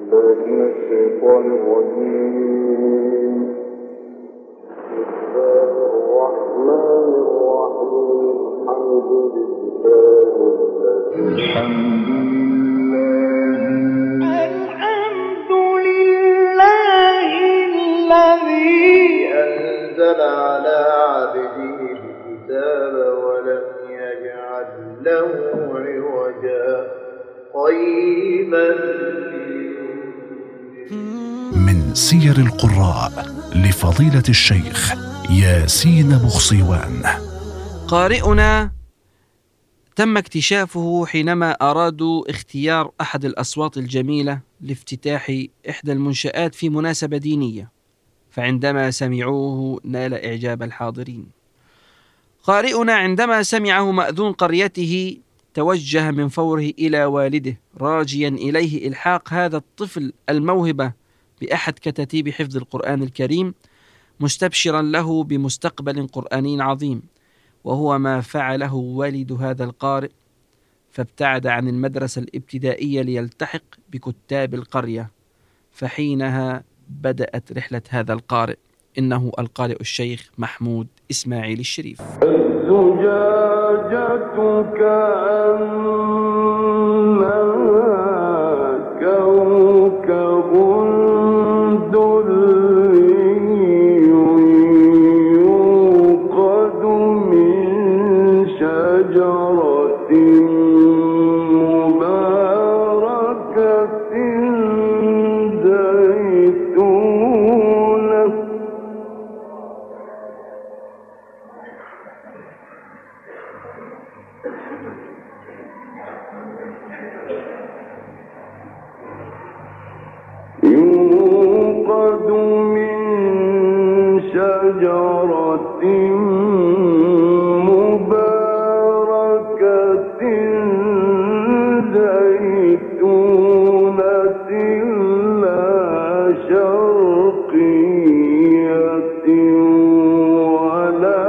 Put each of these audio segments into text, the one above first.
بالله من الشيطان الرجيم. بسم الله الرحمن الرحيم. الحمد لله الذي أنزل على عبده الكتاب ولم يجعل له عوجا قيما. من سير القراء لفضيلة الشيخ ياسين بخصيوان. قارئنا تم اكتشافه حينما أرادوا اختيار أحد الأصوات الجميلة لافتتاح إحدى المنشآت في مناسبة دينية، فعندما سمعوه نال إعجاب الحاضرين. قارئنا عندما سمعه مأذون قريته توجه من فوره إلى والده راجيا إليه إلحاق هذا الطفل الموهبة بأحد كتاتيب حفظ القرآن الكريم، مستبشرا له بمستقبل قرآني عظيم، وهو ما فعله والد هذا القارئ، فابتعد عن المدرسة الابتدائية ليلتحق بكتاب القرية. فحينها بدأت رحلة هذا القارئ، إنه القارئ الشيخ محمود إسماعيل الشريف. الزجاجة كأنها كوكب دري يوقد من شجرة مباركة زيتونة يوقد من شجرة مباركة زيتونة لا شرقية ولا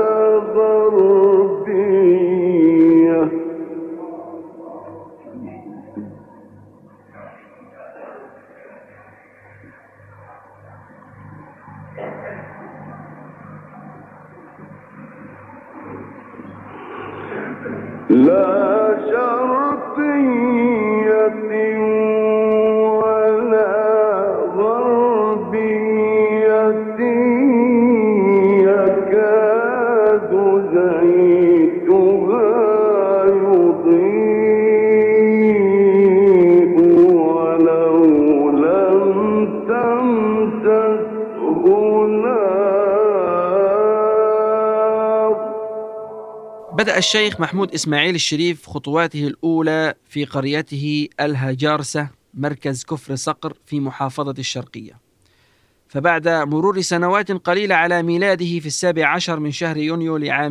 غربية لا شرقية ولا غربية يكاد زيتها يضيء ولو لم تمسسه نار. بدأ الشيخ محمود إسماعيل الشريف خطواته الأولى في قريته الهجارسة، مركز كفر صقر في محافظة الشرقية. فبعد مرور سنوات قليلة على ميلاده في 17 من شهر يونيو لعام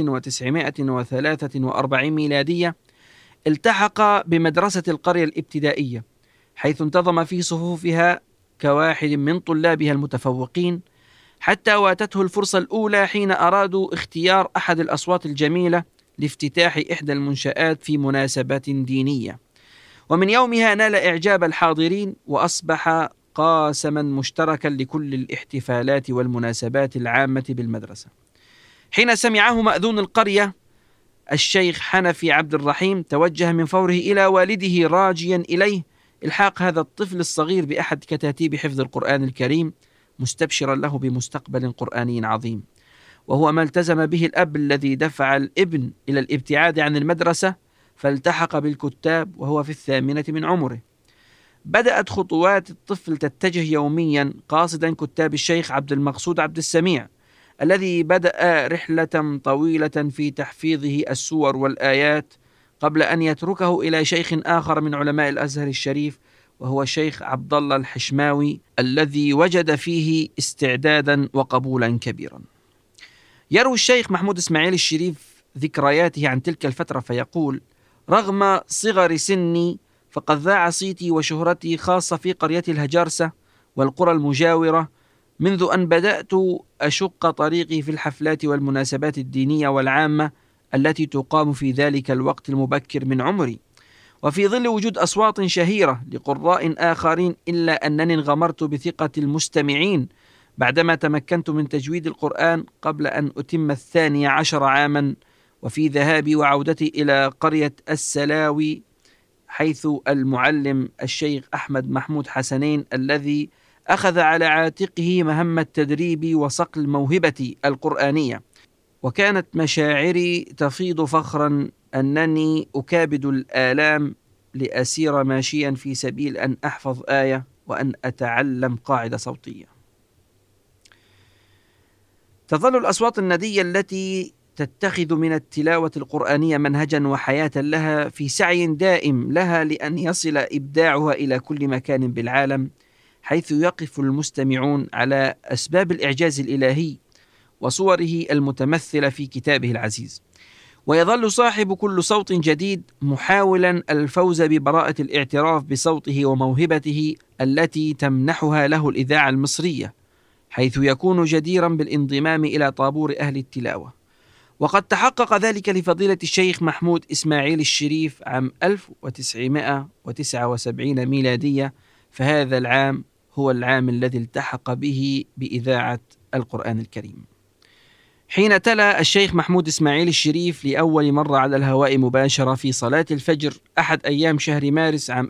1943 ميلادية، التحق بمدرسة القرية الابتدائية، حيث انتظم في صفوفها كواحد من طلابها المتفوقين، حتى واتته الفرصة الأولى حين أرادوا اختيار أحد الأصوات الجميلة لافتتاح إحدى المنشآت في مناسبات دينية. ومن يومها نال إعجاب الحاضرين، وأصبح قاسما مشتركا لكل الاحتفالات والمناسبات العامة بالمدرسة. حين سمعه مأذون القرية الشيخ حنفي عبد الرحيم توجه من فوره إلى والده راجيا إليه إلحاق هذا الطفل الصغير بأحد كتاتيب حفظ القرآن الكريم، مستبشرا له بمستقبل قرآني عظيم، وهو ما التزم به الأب الذي دفع الابن إلى الابتعاد عن المدرسة فالتحق بالكتاب وهو في 8 من عمره. بدأت خطوات الطفل تتجه يوميا قاصدا كتاب الشيخ عبد المقصود عبد السميع، الذي بدأ رحلة طويلة في تحفيظه السور والآيات قبل أن يتركه إلى شيخ آخر من علماء الأزهر الشريف، وهو الشيخ عبد الله الحشماوي، الذي وجد فيه استعدادا وقبولا كبيرا. يروي الشيخ محمود إسماعيل الشريف ذكرياته عن تلك الفترة فيقول: رغم صغر سني فقد ذاع صيتي وشهرتي خاصة في قرية الهجارسة والقرى المجاورة، منذ أن بدأت أشق طريقي في الحفلات والمناسبات الدينية والعامة التي تقام في ذلك الوقت المبكر من عمري. وفي ظل وجود أصوات شهيرة لقراء آخرين، إلا أنني انغمرت بثقة المستمعين بعدما تمكنت من تجويد القرآن قبل أن أتم 12 عاما، وفي ذهابي وعودتي إلى قرية السلاوي، حيث المعلم الشيخ أحمد محمود حسنين الذي أخذ على عاتقه مهمة تدريب وصقل موهبتي القرآنية. وكانت مشاعري تفيض فخرا أنني أكابد الآلام لأسير ماشيا في سبيل أن أحفظ آية وأن أتعلم قاعدة صوتية. تظل الأصوات الندية التي تتخذ من التلاوة القرآنية منهجا وحياة لها في سعي دائم لها لأن يصل إبداعها إلى كل مكان بالعالم، حيث يقف المستمعون على أسباب الإعجاز الإلهي وصوره المتمثلة في كتابه العزيز. ويظل صاحب كل صوت جديد محاولا الفوز ببراءة الاعتراف بصوته وموهبته التي تمنحها له الإذاعة المصرية، حيث يكون جديرا بالانضمام إلى طابور أهل التلاوة. وقد تحقق ذلك لفضيلة الشيخ محمود إسماعيل الشريف عام 1979 ميلادية، فهذا العام هو العام الذي التحق به بإذاعة القرآن الكريم، حين تلا الشيخ محمود إسماعيل الشريف لأول مرة على الهواء مباشرة في صلاة الفجر أحد أيام شهر مارس عام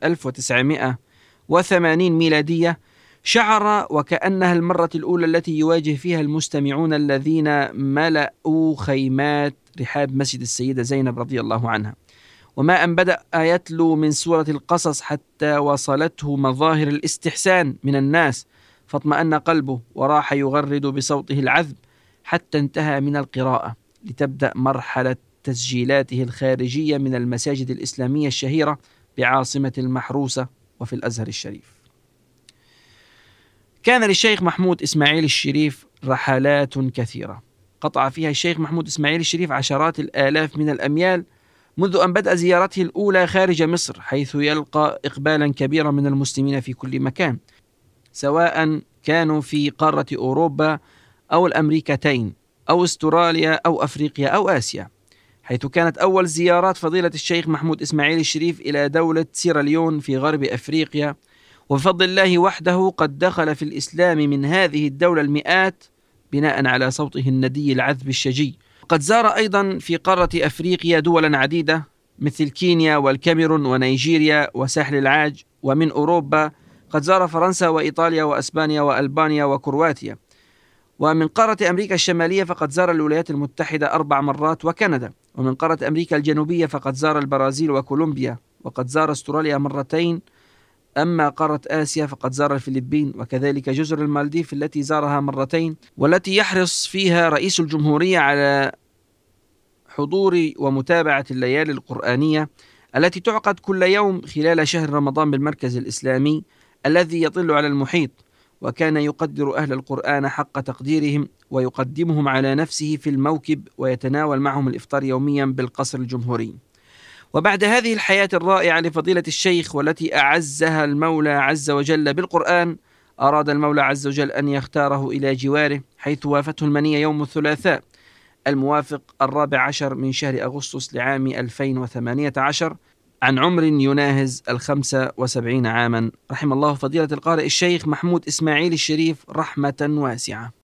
1980 ميلادية. شعر وكأنها المرة الأولى التي يواجه فيها المستمعون الذين ملأوا خيمات رحاب مسجد السيدة زينب رضي الله عنها، وما أن بدأ يتلو من سورة القصص حتى وصلته مظاهر الاستحسان من الناس، فاطمأن قلبه وراح يغرد بصوته العذب حتى انتهى من القراءة، لتبدأ مرحلة تسجيلاته الخارجية من المساجد الإسلامية الشهيرة بعاصمة المحروسة وفي الأزهر الشريف. كان للشيخ محمود إسماعيل الشريف رحلات كثيرة قطع فيها الشيخ محمود إسماعيل الشريف عشرات الآلاف من الأميال منذ أن بدأ زيارته الأولى خارج مصر، حيث يلقى إقبالا كبيرا من المسلمين في كل مكان، سواء كانوا في قارة أوروبا أو الأمريكتين أو استراليا أو أفريقيا أو آسيا، حيث كانت أول زيارات فضيلة الشيخ محمود إسماعيل الشريف إلى دولة سيراليون في غرب أفريقيا، وبفضل الله وحده قد دخل في الإسلام من هذه الدولة المئات بناء على صوته الندي العذب الشجي. قد زار أيضا في قارة أفريقيا دولا عديدة مثل كينيا والكاميرون ونيجيريا وساحل العاج، ومن أوروبا قد زار فرنسا وإيطاليا وأسبانيا وألبانيا وكرواتيا، ومن قارة أمريكا الشمالية فقد زار الولايات المتحدة 4 مرات وكندا، ومن قارة أمريكا الجنوبية فقد زار البرازيل وكولومبيا، وقد زار أستراليا مرتين. أما قارة آسيا فقد زار الفلبين وكذلك جزر المالديف التي زارها مرتين، والتي يحرص فيها رئيس الجمهورية على حضور ومتابعة الليالي القرآنية التي تعقد كل يوم خلال شهر رمضان بالمركز الإسلامي الذي يطل على المحيط، وكان يقدر أهل القرآن حق تقديرهم ويقدمهم على نفسه في الموكب ويتناول معهم الإفطار يوميا بالقصر الجمهوري. وبعد هذه الحياة الرائعة لفضيلة الشيخ والتي أعزها المولى عز وجل بالقرآن، أراد المولى عز وجل أن يختاره إلى جواره، حيث وافته المنية يوم الثلاثاء الموافق 14 من شهر أغسطس لعام 2018 عن عمر يناهز 75 عاما. رحم الله فضيلة القارئ الشيخ محمود إسماعيل الشريف رحمة واسعة.